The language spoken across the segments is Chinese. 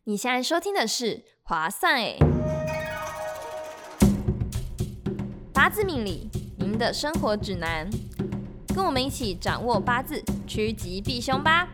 你现在收听的是划算欸，八字命理，您的生活指南，跟我们一起掌握八字，趋吉避凶吧。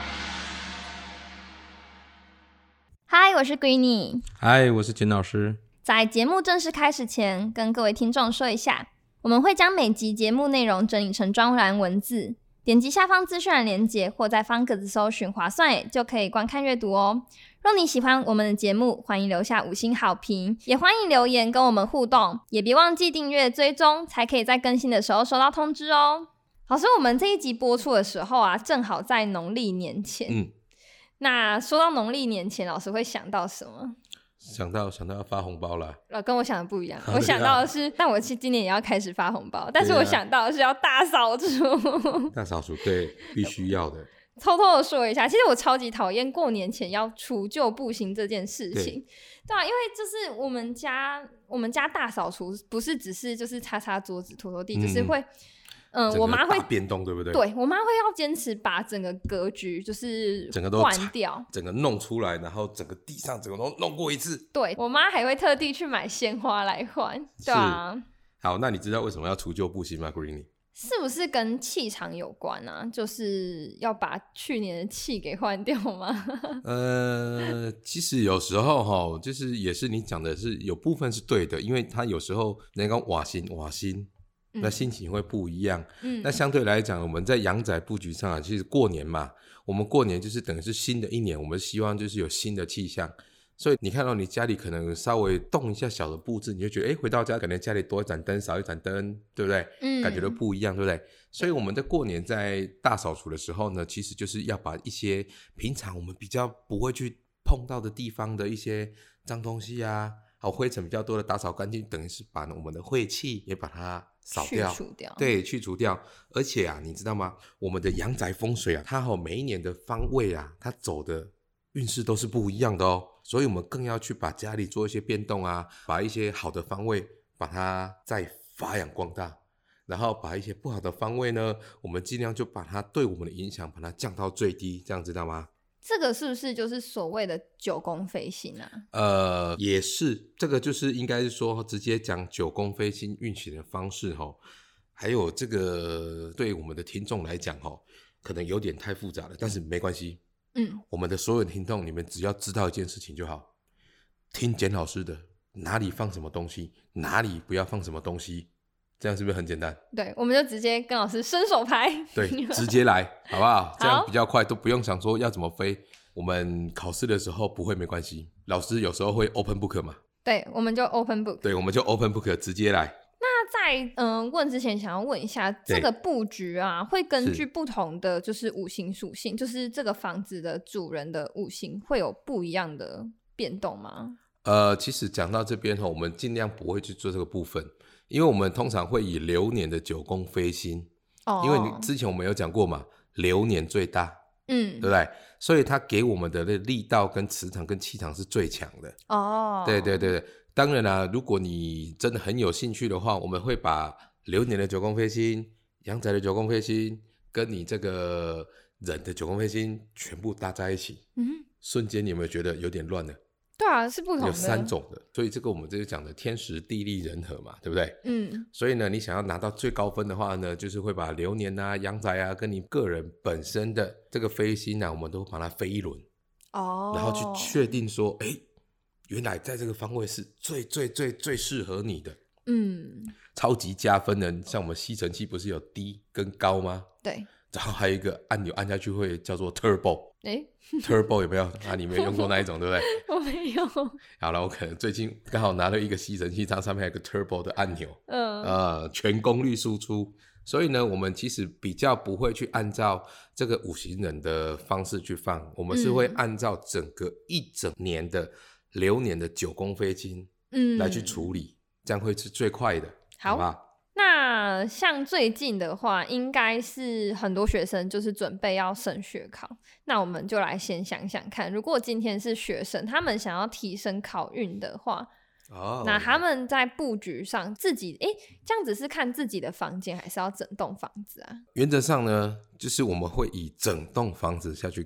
嗨，我是 Greenie。 嗨，我是简老师。 在节目正式开始前，跟各位听众说一下，我们会将每集节目内容整理成专栏文字，点击下方资讯栏连结，或在方格子搜寻划算欸就可以观看阅读哦。若你喜欢我们的节目，欢迎留下5星好评，也欢迎留言跟我们互动，也别忘记订阅追踪，才可以在更新的时候收到通知哦。老师，我们这一集播出的时候啊，正好在农历年前。那说到农历年前，老师会想到什么？ 想到要发红包啦。 跟我想的不一样。我想到的是，但我今年也要开始发红包，但是我想到的是要大扫除。 大扫除，对，必须要的。 偷偷的说一下，其实我超级讨厌过年前要除旧布新这件事情。对啊，因为就是我们家大扫除不是只是就是擦擦桌子拖拖地，就是会我妈会变动，对不对？ 对，我妈会要坚持把整个格局就是整个都换掉， 整个弄出来，然后整个地上整个都弄过一次。 对，我妈还会特地去买鲜花来换。对啊。 好，那你知道为什么要除旧布新吗 ，Greenie？ 是不是跟气场有关啊？就是要把去年的气给换掉吗？ 其实有时候就是也是你讲的是有部分是对的，因为它有时候那个瓦新，那心情会不一样。那相对来讲，我们在阳宅布局上啊，其实过年嘛，我们过年就是等于是新的一年，我们希望就是有新的气象。所以你看到你家里可能稍微动一下小的布置，你就觉得回到家可能家里多一盏灯少一盏灯，对不对？感觉都不一样，对不对？所以我们在过年在大扫除的时候呢，其实就是要把一些平常我们比较不会去碰到的地方的一些脏东西啊，灰尘比较多的打扫干净，等于是把我们的晦气也把它扫掉， 去除掉。 对，去除掉。而且啊，你知道吗？我们的阳宅风水啊，它每一年的方位啊，它走的运势都是不一样的哦。所以我们更要去把家里做一些变动啊，把一些好的方位把它再发扬光大，然后把一些不好的方位呢，我们尽量就把它对我们的影响把它降到最低，这样知道吗？ 这个是不是就是所谓的九宫飞星啊？ 也是，这个就是应该是说直接讲九宫飞星运行的方式还有这个对我们的听众来讲可能有点太复杂了，但是没关系。我们的所有听众，你们只要知道一件事情就好，听简老师的，哪里放什么东西，哪里不要放什么东西，这样是不是很简单？ 对，我们就直接跟老师伸手牌， 对，直接来，好不好？这样比较快，都不用想说要怎么飞。我们考试的时候不会没关系，老师有时候会 open book 嘛。 对，我们就 open book。 对，我们就 open book 直接来。 那在问之前，想要问一下，这个布局啊，会根据不同的就是五行属性，就是这个房子的主人的五行会有不一样的变动吗？ 其实讲到这边我们尽量不会去做这个部分，因为我们通常会以流年的九宫飞星，因为之前我们有讲过嘛，流年最大，对不对？所以它给我们的力道跟磁场跟气场是最强的。对。当然啦，如果你真的很有兴趣的话，我们会把流年的九宫飞星、阳宅的九宫飞星跟你这个人的九宫飞星全部搭在一起。瞬间你有没有觉得有点乱了？ 对啊，是不同的， 有3种的，所以这个我们这就讲的天时地利人和嘛，对不对？所以呢，你想要拿到最高分的话呢，就是会把流年啊、阳宅啊，跟你个人本身的这个飞星啊，我们都把它飞一轮，然后去确定说，原来在这个方位是最适合你的，超级加分的。像我们吸尘器不是有低跟高吗？对，然后还有一个按钮按下去会叫做 Turbo。Turbo 有没有？你没有用过那一种，对不对？ 我没有。 好了，我可能最近刚好拿了一个吸尘器，它上面还有一个 Turbo 的按钮，全功率输出。所以呢，我们其实比较不会去按照这个五行人的方式去放，我们是会按照整个一整年的流年的九宫飞星来去处理，这样会是最快的，好不好？ 那像最近的话，应该是很多学生就是准备要升学考，那我们就来先想想看，如果今天是学生，他们想要提升考运的话，那他们在布局上自己这样子是看自己的房间还是要整栋房子啊？ 原则上呢，就是我们会以整栋房子下去看，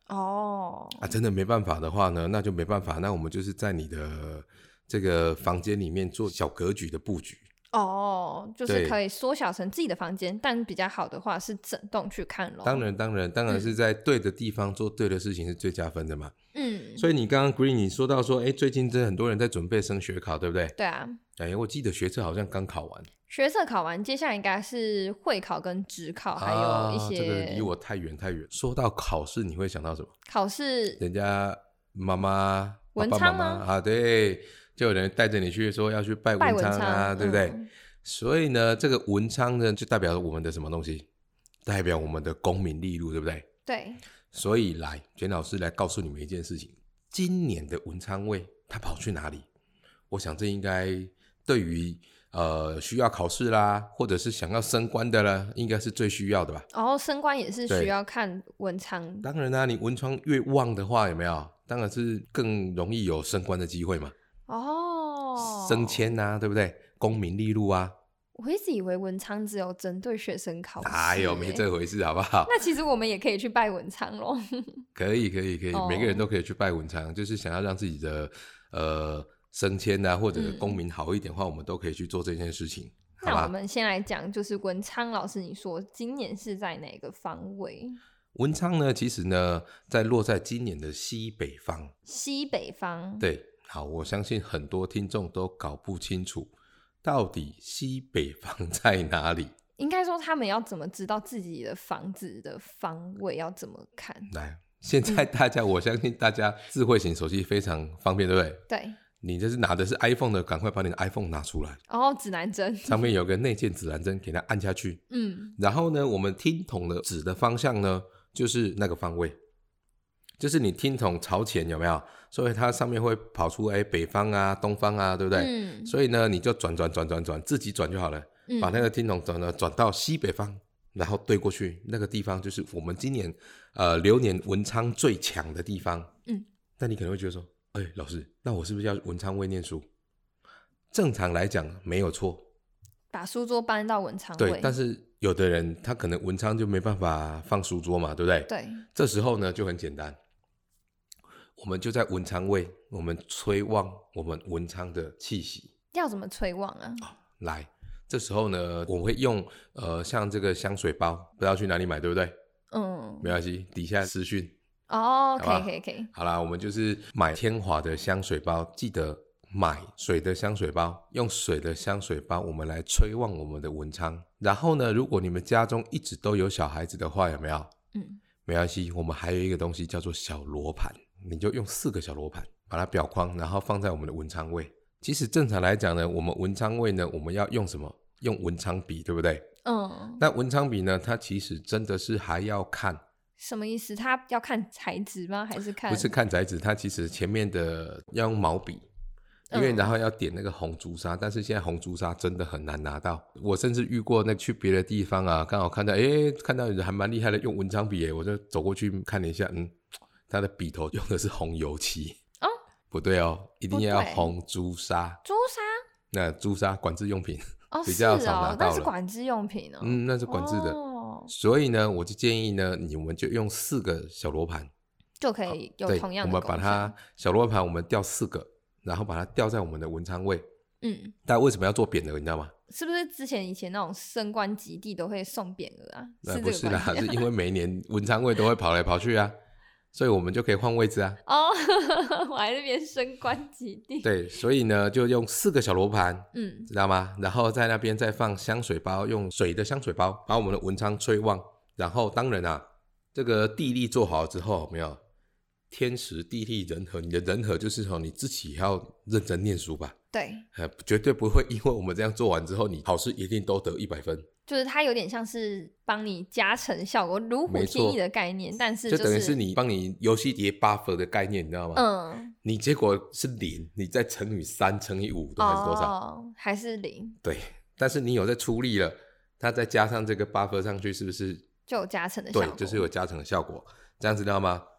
真的没办法的话呢，那就没办法，那我们就是在你的这个房间里面做小格局的布局。 就是可以缩小成自己的房间，但比较好的话是整栋去看咯。 当然是在对的地方做对的事情是最加分的嘛。所以你刚刚 Green 你说到说最近真的很多人在准备升学考，对不对？ 对啊。 我记得学测好像刚考完。 学测考完，接下来应该是会考跟指考，还有一些。 这个离我太远。说到考试，你会想到什么？ 考试， 人家妈妈、 文爸爸妈昌妈对，就有人带着你去说要去拜文昌啊，对不对？所以呢，这个文昌呢，就代表我们的什么东西？代表我们的功名利禄，对不对？ 对。 所以来，简老师来告诉你们一件事情：今年的文昌位他跑去哪里？我想这应该对于需要考试啦，或者是想要升官的啦，应该是最需要的吧。 升官也是需要看文昌。 当然啦，你文昌越旺的话，有没有？当然是更容易有升官的机会嘛。升迁啊，对不对？功名利禄啊。 我一直以为文昌只有针对学生考试。 没这回事好不好？ 那其实我们也可以去拜文昌咯。 可以每个人都可以去拜文昌，就是想要让自己的升迁啊，或者功名好一点的话，我们都可以去做这件事情。 那我们先来讲，就是文昌老师，你说今年是在哪个方位？ 文昌呢，其实呢，落在今年的西北方。 西北方， 对。好，我相信很多听众都搞不清楚，到底西北方在哪里？ 应该说，他们要怎么知道自己的房子的方位要怎么看？ 来，现在大家，我相信大家智慧型手机非常方便，对不对？ 对。 你这是拿的是 iPhone 的，赶快把你的 iPhone 拿出来。 指南针上面有个内建指南针，给它按下去。然后呢，我们听筒的指的方向呢，就是那个方位，就是你听筒朝前，有没有？所以它上面会跑出北方啊、东方啊，对不对？所以呢，你就转，自己转就好了。把那个听筒转到西北方，然后对过去，那个地方就是我们今年流年文昌最强的地方。那你可能会觉得说，老师，那我是不是要文昌位念书？正常来讲没有错， 把书桌搬到文昌位。 对，但是有的人他可能文昌就没办法放书桌嘛，对不对？ 对。这时候呢就很简单，我们就在文昌位，我们催旺我们文昌的气息。 要怎么催旺啊？ 来，这时候呢，我会用像这个香水包，不知道去哪里买，对不对？没关系，底下私讯。可以。好啦，我们就是买天华的香水包，记得买水的香水包，用水的香水包，我们来催旺我们的文昌。然后呢，如果你们家中一直都有小孩子的话，有没有？没关系，我们还有一个东西叫做小罗盘，你就用4个小罗盘把它裱框，然后放在我们的文昌位。其实正常来讲呢，我们文昌位呢，我们要用什么？用文昌笔，对不对？那文昌笔呢，它其实真的是还要看。 什么意思？它要看材质吗？还是看？ 不是看材质，它其实前面的要用毛笔，因为然后要点那个红朱砂，但是现在红朱砂真的很难拿到。我甚至遇过去别的地方啊，刚好看到看到有人还蛮厉害的，用文昌笔我就走过去看了一下，他的笔头用的是红油漆。不对哦，一定要红朱砂。 朱砂？ 那朱砂管制用品比较少拿到了。 那是管制用品哦。 那是管制的。所以呢，我就建议呢，你们就用4个小罗盘就可以有同样的功效。 我们把它小罗盘，我们吊4个，然后把它吊在我们的文昌位。但为什么要做匾额？你知道吗？ 是不是以前那种升官及第都会送匾额啊？ 不是啦，是因为每年文昌位都会跑来跑去啊，所以我们就可以换位置啊。 我还在那边升官及第。 对，所以呢，就用4个小罗盘，知道吗？然后在那边再放香水包，用水的香水包把我们的文昌催旺。然后当然啊，这个地利做好之后，有没有天时地利人和？你的人和就是你自己要认真念书吧。 对， 绝对不会因为我们这样做完之后，你考试一定都得100分。 就是它有点像是帮你加成效果，如虎添翼的概念，但是就等于是你帮你游戏叠 buff 的概念，你知道吗？你结果是0，你再乘以3乘以5都还是多少？ 还是0。 对，但是你有在出力了，它再加上这个 buff 上去，是不是就有加成的效果？ 对，就是有加成的效果。这样知道吗？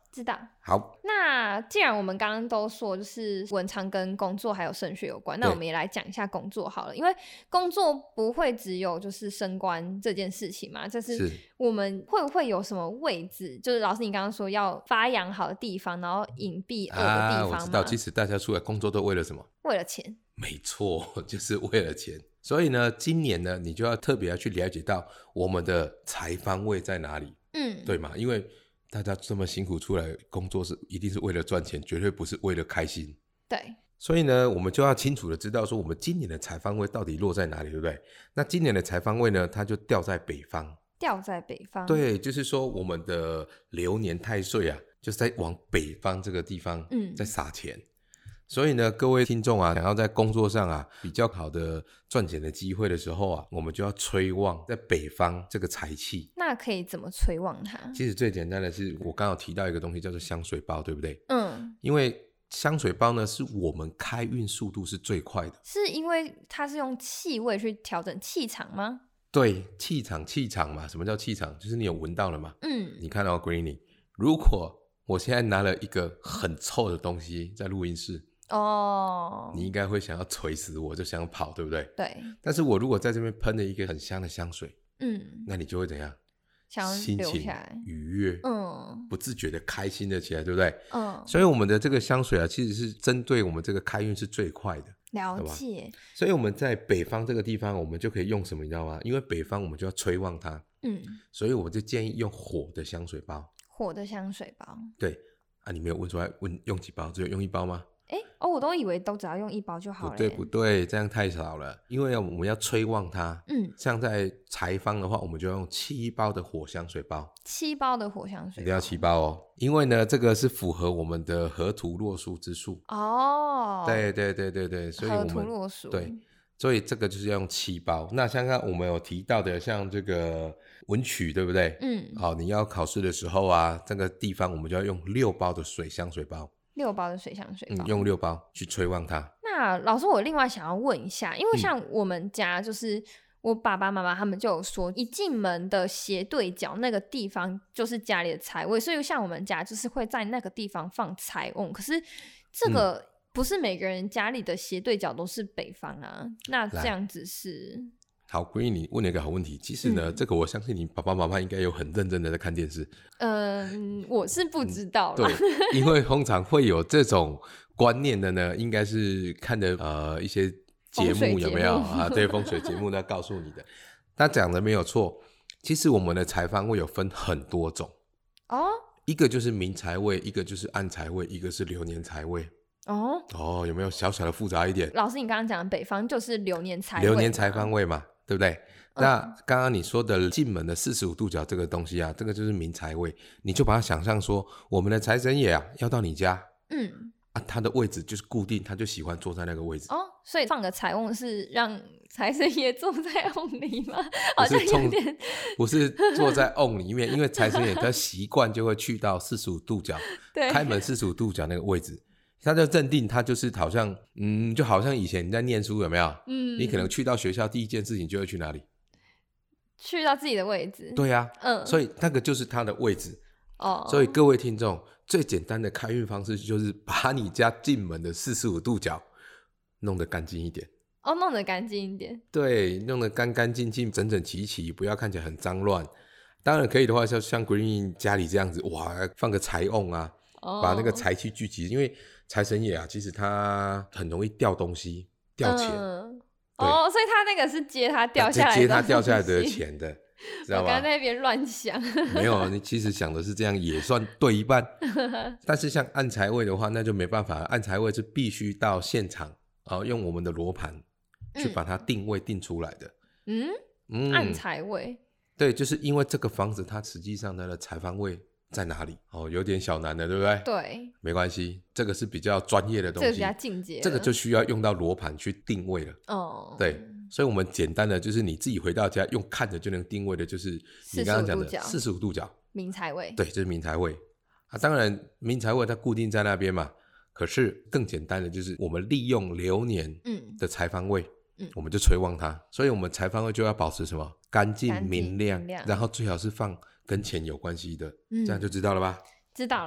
知道。 好， 那既然我们刚刚都说就是文昌跟工作还有升学有关，那我们也来讲一下工作好了。因为工作不会只有就是升官这件事情嘛，就是我们会不会有什么位置，就是老师你刚刚说要发扬好的地方，然后隐蔽恶的地方吗？ 我知道，其实大家出来工作都为了什么？ 为了钱。 没错，就是为了钱。所以呢，今年呢，你就要特别要去了解到我们的财方位在哪里，对吗？因为大家这么辛苦出来工作一定是为了赚钱，绝对不是为了开心。 对， 所以呢，我们就要清楚的知道说我们今年的财方位到底落在哪里，对不对？那今年的财方位呢，它就掉在北方。掉在北方。对，就是说我们的流年太岁啊，就是在往北方这个地方在撒钱。所以呢，各位听众啊，想要在工作上啊比较好的赚钱的机会的时候啊，我们就要催旺在北方这个财气。那可以怎么催旺它？其实最简单的是，我刚好提到一个东西叫做香水包，对不对？因为香水包呢是我们开运速度是最快的。是因为它是用气味去调整气场吗？对，气场嘛。什么叫气场？就是你有闻到了嘛。你看到 Greeny， 如果我现在拿了一个很臭的东西在录音室，你应该会想要捶死我，就想跑，对不对？对。但是我如果在这边喷了一个很香的香水，那你就会怎样？心情愉悦，不自觉的开心了起来，对不对？所以我们的这个香水啊，其实是针对我们这个开运是最快的。了解。所以我们在北方这个地方，我们就可以用什么，你知道吗？因为北方我们就要催旺它，所以我们就建议用火的香水包。火的香水包。对啊，你没有问出来，问用几包？只有用1包吗？我都以为都只要用1包就好了。不对，这样太少了，因为我们要催旺它。像在财方的话，我们就要用7包的火香水包。7包的火香水包，一定要7包哦，因为呢，这个是符合我们的河图洛书之术。对，所以我们河图洛书。对，所以这个就是要用7包。那像刚刚我们有提到的，像这个文曲，对不对？好，你要考试的时候啊，这个地方我们就要用6包的水香水包。6包的水香水包，用6包去催旺它。那老师，我另外想要问一下，因为像我们家就是我爸爸妈妈他们就有说，一进门的斜对角那个地方就是家里的财位，所以像我们家就是会在那个地方放财瓮。可是这个不是每个人家里的斜对角都是北方啊，那这样子是？好，Green， 你问了一个好问题。其实呢，这个我相信你爸爸妈妈应该有很认真的在看电视。我是不知道啦。对，因为通常会有这种观念的呢，应该是看的一些节目有没有啊？对，风水节目呢告诉你的。他讲的没有错。其实我们的财方位有分很多种一个就是明财位，一个就是暗财位，一个是流年财位。有没有小小的复杂一点？老师，你刚刚讲的北方就是流年财位，流年财方位嘛，对不对？那刚刚你说的进门的45度角这个东西啊，这个就是明财位，你就把它想象说，我们的财神爷啊要到你家，他的位置就是固定，他就喜欢坐在那个位置。所以放个财瓮是让财神爷坐在瓮里吗？好像有点不是坐在瓮里面，因为财神爷他习惯就会去到45度角，开门45度角那个位置。他就认定他就是好像就好像以前你在念书有没有你可能去到学校第一件事情就会去哪里？去到自己的位置。对啊，所以那个就是他的位置。所以各位听众，最简单的开运方式就是把你家进门的45度角弄得干净一点。弄得干净一点。对，弄得干干净净整整齐齐，不要看起来很脏乱。当然可以的话，像 Green 家里这样子，哇，放个财瓮啊，把那个财气聚集，因为财神爷啊，其实他很容易掉东西、掉钱。所以他那个是接他掉下来的，接他掉下来的钱的，知道吧？我刚才在那边乱想。没有，你其实想的是这样，也算对一半。但是像暗财位的话，那就没办法了，暗财位是必须到现场用我们的罗盘去把它定位定出来的。暗财位。对，就是因为这个房子它实际上它的财方位在哪里？有点小难的，对不对？对，没关系，这个是比较专业的东西，这个比较进阶，这个就需要用到罗盘去定位了。对，所以我们简单的就是你自己回到家用看着就能定位的，就是你刚刚讲的45度角明财位。对，这是明财位当然明财位它固定在那边嘛，可是更简单的就是我们利用流年的财方位，我们就催旺它，所以我们财方位就要保持什么？干净明亮，然后最好是放跟钱有关系的，这样就知道了吧？知道了。那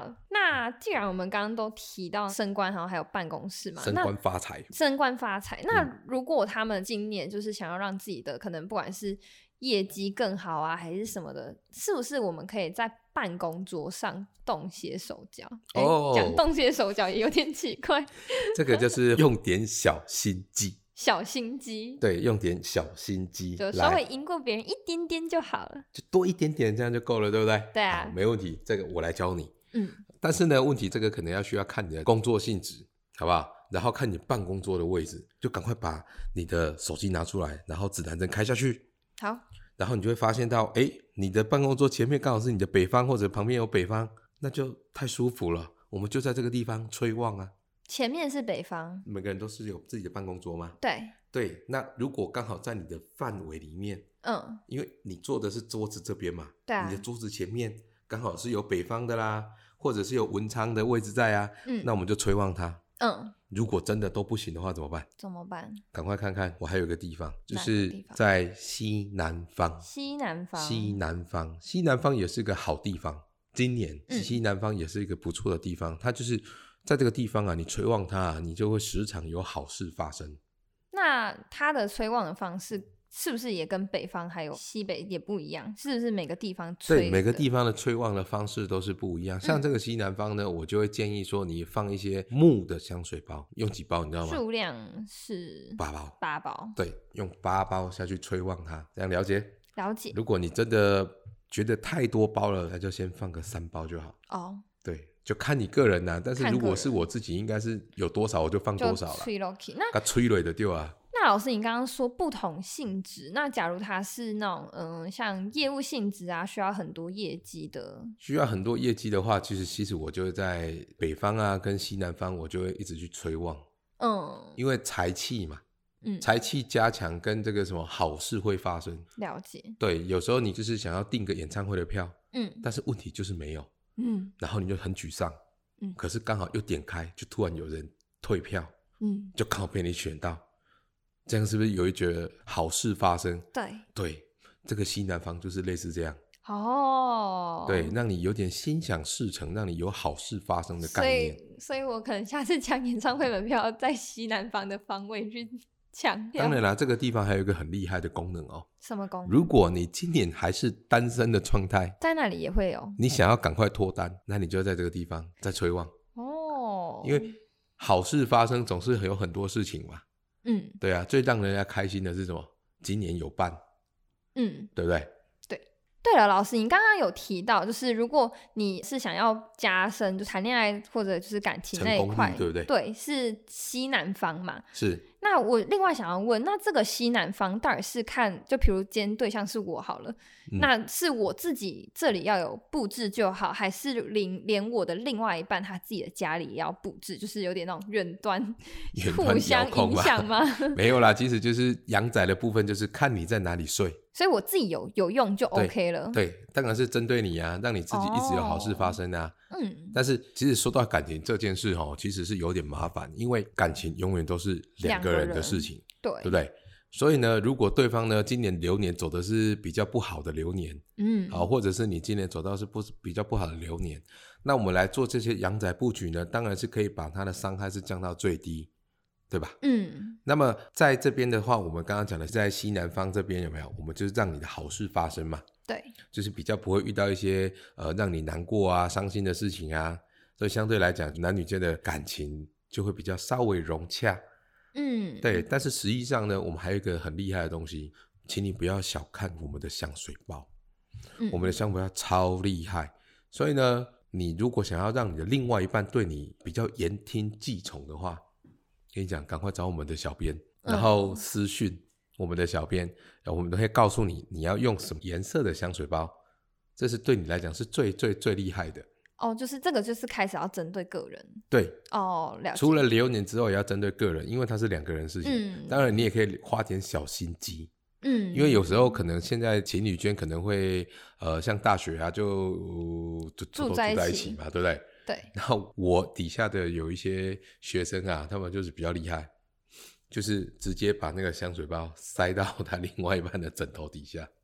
那既然我们刚刚都提到升官，好像还有办公室嘛， 升官发财， 升官发财。那如果他们今年就是想要让自己的可能不管是业绩更好啊，还是什么的，是不是我们可以在办公桌上动些手脚？讲动些手脚也有点奇怪。 这个就是用点小心机。 小心机， 对，用点小心机， 就稍微赢过别人一点点就好了， 就多一点点，这样就够了，对不对？ 对啊， 好，没问题，这个我来教你。但是呢，问题这个可能需要看你的工作性质，好不好？然后看你办公桌的位置，就赶快把你的手机拿出来，然后指南针开下去。 好， 然后你就会发现到，你的办公桌前面刚好是你的北方，或者旁边有北方，那就太舒服了。我们就在这个地方吹旺啊。 前面是北方， 每个人都是有自己的办公桌吗？ 对， 那如果刚好在你的范围里面，因为你坐的是桌子这边嘛， 对啊， 你的桌子前面刚好是有北方的啦，或者是有文昌的位置在啊，那我们就吹旺它。如果真的都不行的话怎么办？赶快看看，我还有一个地方，就是在西南方。西南方也是个好地方，今年西南方也是一个不错的地方，它就是在这个地方啊，你吹旺它你就会时常有好事发生。 那它的吹旺的方式是不是也跟北方还有西北也不一样？是不是每个地方吹？ 对，每个地方的吹旺的方式都是不一样。像这个西南方呢，我就会建议说，你放一些木的香水包，用几包你知道吗？ 数量是8包。 对，用8包下去吹旺它，这样了解？ 了解。 如果你真的觉得太多包了，那就先放个3包就好。对，就看你个人啦。但是如果是我自己，应该是有多少我就放多少了。 那吹了的对啊。 那老师，你刚刚说不同性质，那假如它是那种像业务性质啊，需要很多业绩的， 话，其实我就会在北方啊跟西南方，我就会一直去吹旺。因为财气嘛，财气加强跟这个什么好事会发生。 了解。 对，有时候你就是想要订个演唱会的票，但是问题就是没有，然后你就很沮丧，可是刚好又点开，就突然有人退票，就刚好被你选到。这样是不是有一觉得好事发生？对，这个西南方就是类似这样。对，让你有点心想事成，让你有好事发生的概念。 所以我可能下次抢演唱会门票在西南方的方位去抢票。 当然啦，这个地方还有一个很厉害的功能哦。 什么功能？ 如果你今年还是单身的状态， 在那里也会有。 你想要赶快脱单，那你就在这个地方再吹旺。因为好事发生总是有很多事情嘛。对啊，最让人家开心的是什么？今年有伴，对不对？ 对了，老师，你刚刚有提到，就是如果你是想要加深就谈恋爱或者就是感情那一块， 对不对？ 对，是西南方嘛？ 是。 那我另外想要问，那这个西南方到底是看，就比如今天对象是我好了，那是我自己这里要有布置就好，还是连我的另外一半他自己的家里也要布置，就是有点那种远端互相影响吗？ 没有啦，其实就是阳宅的部分，就是看你在哪里睡。 所以我自己有用就 OK 了。 对，当然是针对你啊，让你自己一直有好事发生啊。但是其实说到感情这件事其实是有点麻烦，因为感情永远都是两个人的事情，对不对？所以呢，如果对方呢今年流年走的是比较不好的流年，或者是你今年走到是比较不好的流年，那我们来做这些阳宅布局呢，当然是可以把它的伤害是降到最低。对吧？那么在这边的话，我们刚刚讲的是在西南方这边有没有？我们就是让你的好事发生嘛。 对， 就是比较不会遇到一些让你难过啊、伤心的事情啊，所以相对来讲，男女间的感情就会比较稍微融洽。对。但是实际上呢，我们还有一个很厉害的东西，请你不要小看我们的香水包。我们的香水包超厉害，所以呢，你如果想要让你的另外一半对你比较言听计从的话，跟你讲，赶快找我们的小编，然后私讯我们的小编，我们都会告诉你你要用什么颜色的香水包，这是对你来讲是最最最厉害的。 就是这个就是开始要针对个人。 对。 了解。 除了流年之后也要针对个人，因为它是两个人的事情。当然你也可以花点小心机。因为有时候可能现在情侣间可能会像大学啊就住在一起嘛，对不对？ 对。 然后我底下的有一些学生啊，他们就是比较厉害，就是直接把那个香水包塞到他另外一半的枕头底下。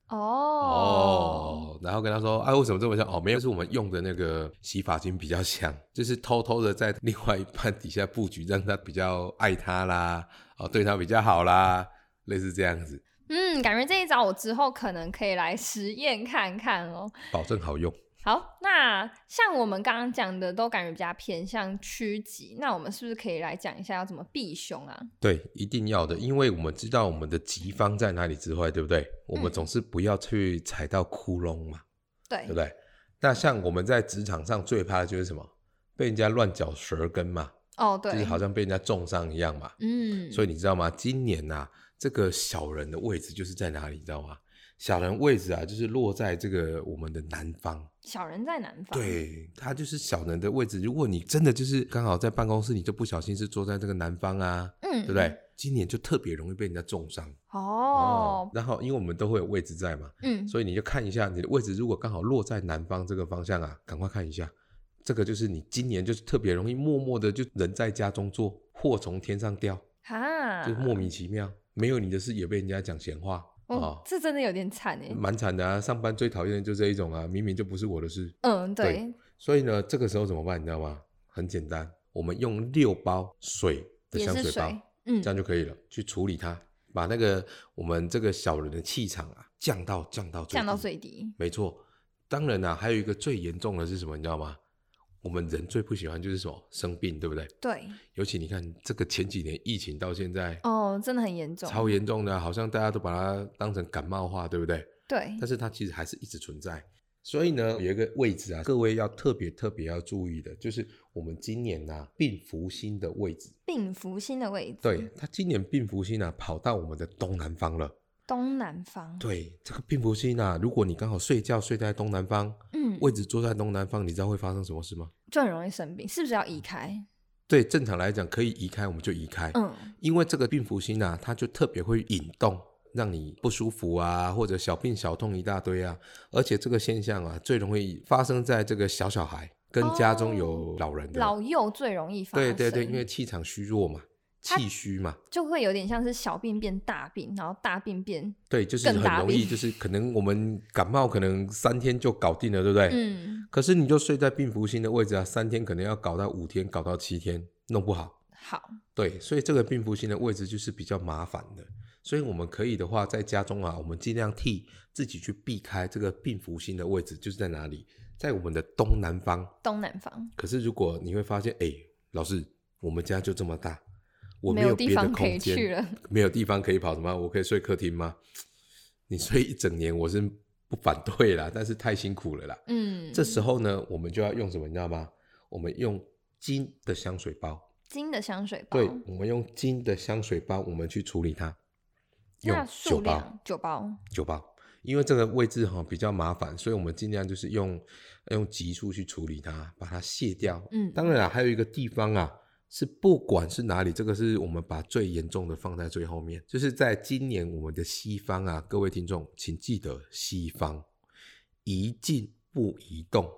然后跟他说为什么这么香？没有，是我们用的那个洗发精比较香，就是偷偷的在另外一半底下布局，让他比较爱他啦，对他比较好啦，类似这样子。 感觉这一招我之后可能可以来实验看看哦， 保证好用。 好，那像我们刚刚讲的都感觉比较偏向趋吉，那我们是不是可以来讲一下要怎么避凶啊？ 对，一定要的，因为我们知道我们的吉方在哪里之外，对不对？我们总是不要去踩到窟窿嘛，对不对？那像我们在职场上最怕的就是什么？被人家乱嚼舌根嘛， 对， 就是好像被人家重伤一样嘛。所以你知道吗？今年啊，这个小人的位置就是在哪里，你知道吗？小人位置啊，就是落在这个我们的南方。 小人在南方， 对，他就是小人的位置。如果你真的就是刚好在办公室，你就不小心是坐在这个南方啊，对不对？今年就特别容易被人家重伤然后因为我们都会有位置在嘛，所以你就看一下你的位置，如果刚好落在南方这个方向啊，赶快看一下，这个就是你今年就是特别容易默默的就人在家中坐，祸从天上掉，就是莫名其妙，没有你的事也被人家讲闲话。 这真的有点惨耶， 蛮惨的啊！上班最讨厌的就这一种啊，明明就不是我的事。 对。 所以呢，这个时候怎么办？你知道吗？很简单，我们用6包水的香水包，这样就可以了，去处理它，把那个我们这个小人的气场啊降到最低。没错。当然啊，还有一个最严重的是什么？你知道吗？我们人最不喜欢就是什么？生病，对不对？ 对。 尤其你看这个前几年疫情到现在， 真的很严重， 超严重的，好像大家都把它当成感冒化，对不对？ 对。 但是它其实还是一直存在。所以呢，有一个位置啊，各位要特别要注意的，就是我们今年啊病符星的位置。病符星的位置。对，它今年病符星啊跑到我们的东南方了。 东南方。对， 这个病符星啊，如果你刚好睡觉睡在东南方，位置坐在东南方，你知道会发生什么事吗？ 就很容易生病，是不是要移开？ 对，正常来讲可以移开我们就移开，因为这个病符星啊，它就特别会引动，让你不舒服啊，或者小病小痛一大堆啊，而且这个现象啊，最容易发生在这个小孩跟家中有老人的， 老幼最容易发生。 对，因为气场虚弱嘛。气虚嘛， 就会有点像是小病变大病，然后大病变对，就是很容易，就是可能我们感冒可能3天就搞定了，对不对？可是你就睡在病符星的位置啊，3天可能要搞到5天，搞到7天，弄不好。对，所以这个病符星的位置就是比较麻烦的。所以我们可以的话，在家中啊，我们尽量替自己去避开这个病符星的位置，就是在哪里？在我们的东南方。可是如果你会发现，老师，我们家就这么大。我没有别的空间，没有地方可以跑，什么？我可以睡客厅吗？你睡一整年，我是不反对啦，但是太辛苦了啦。这时候呢，我们就要用什么？你知道吗？我们用金的香水包。对，我们用金的香水包，我们去处理它。用9包，因为这个位置比较麻烦，所以我们尽量就是用急速去处理它，把它卸掉。当然还有一个地方啊。是不管是哪里，这个是我们把最严重的放在最后面，就是在今年我们的西方啊，各位听众请记得西方宜静不宜动。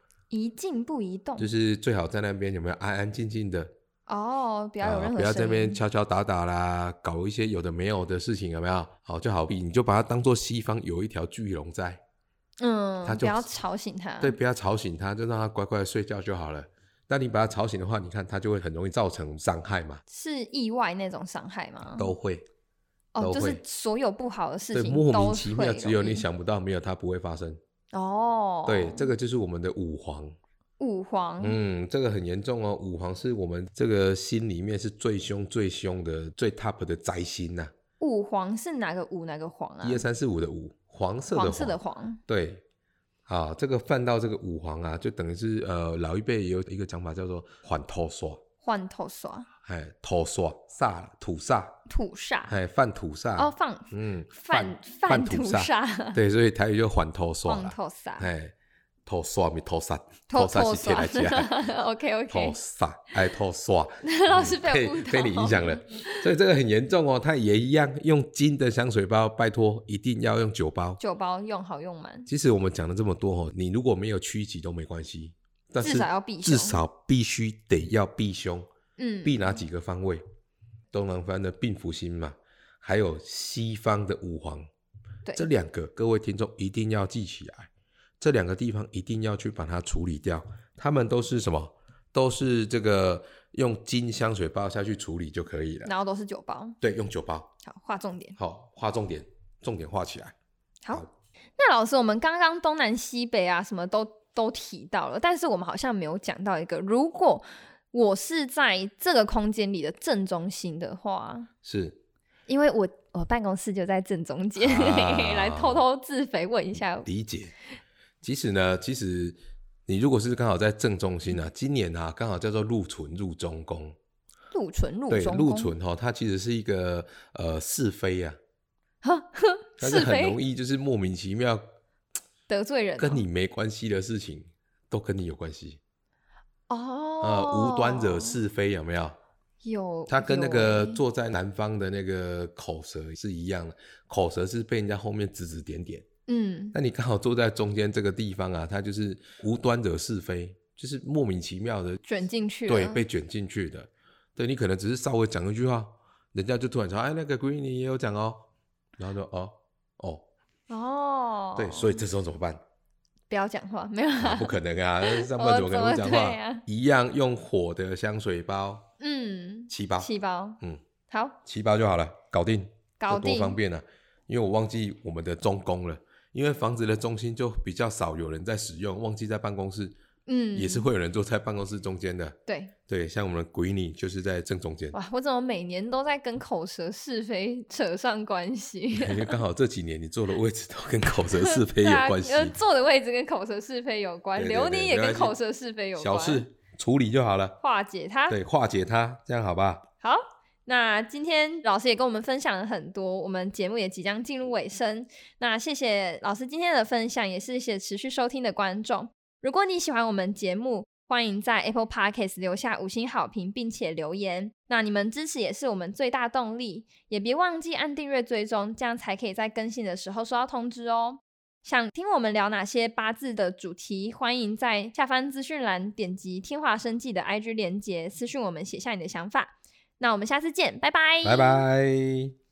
就是最好在那边有没有安安静静的不要有任何声音， 不要在那边敲敲打打啦，搞一些有的没有的事情，有没有？就好比你就把它当作西方有一条巨龙在， 不要吵醒它。 对，不要吵醒它，就让它乖乖的睡觉就好了。那你把它吵醒的话，你看它就会很容易造成伤害嘛。 是意外那种伤害吗？ 都会。 就是所有不好的事情对，莫名其妙，只有你想不到，没有它不会发生。对，这个就是我们的五黄。这个很严重哦。五黄是我们这个心里面是最凶的最 top 的灾星啊。 五黄是哪个五哪个黄啊 ？1、2、3、4、5的5，黄色的黄。对。这个犯到这个五黄啊，就等于是老一辈也有一个讲法叫做反土煞。土煞煞土煞。犯土煞。犯土煞。对，所以台语就反土煞啦。土煞咪土煞，土煞是铁来起来。 OK。 土煞，土煞。 老师被你影响了，所以这个很严重哦。它也一样，用金的香水包，拜托一定要用9包。 9包用好用满。 其实我们讲了这么多哦，你如果没有趋吉都没关系，但是至少要避凶， 至少必须得要避凶。避哪几个方位？东南方的病符星嘛，还有西方的五黄。 对， 这2个各位听众一定要记起来，这2个地方一定要去把它处理掉。它们都是什么？都是这个用金香水包下去处理就可以了， 然后都是酒包。 对，用酒包。 好，画重点。 好，画重点，重点画起来。 好，那老师，我们刚刚东南西北啊什么都提到了，但是我们好像没有讲到一个，如果我是在这个空间里的正中心的话， 是因为我办公室就在正中间，来偷偷自肥问一下。 理解。其实你如果是刚好在正中心啊，今年啊刚好叫做禄存入中宫。 禄存入中宫， 对，禄存它其实是一个是非啊，它是很容易就是莫名其妙得罪人， 跟你没关系的事情都跟你有关系哦。 无端惹是非，有没有？ 有， 它跟那个坐在南方的那个口舌是一样的，口舌是被人家后面指指点点。那你刚好坐在中间这个地方啊，它就是无端惹是非，就是莫名其妙的卷进去了， 对，被卷进去的。对，你可能只是稍微讲一句话，人家就突然说，哎，那个 Greeny 也有讲哦，然后就对，所以这时候怎么办？ 不要讲话，没有啦， 不可能啊，上班怎么可能不讲话？一样用火的香水包，7包好 ，7包就好了，搞定，多方便啊！因为我忘记我们的中宫了，因为房子的中心就比较少有人在使用，忘记在办公室，也是会有人坐在办公室中间的。对，像我们的Greeny就是在正中间。 哇，我怎么每年都在跟口舌是非扯上关系？ 因为刚好这几年你坐的位置都跟口舌是非有关系。 坐的位置跟口舌是非有关，留你也跟口舌是非有关。 小事处理就好了， 化解它。 对，化解它，这样好吧？ 好。那今天老师也跟我们分享了很多，我们节目也即将进入尾声。那谢谢老师今天的分享，也谢谢持续收听的观众。如果你喜欢我们节目，欢迎在 Apple Podcast 留下5星好评并且留言，那你们支持也是我们最大动力，也别忘记按订阅追踪，这样才可以在更新的时候收到通知哦。想听我们聊哪些八字的主题，欢迎在下方资讯栏点击天华生技的 IG 连结，私讯我们写下你的想法。那我们下次见，拜拜， 拜拜。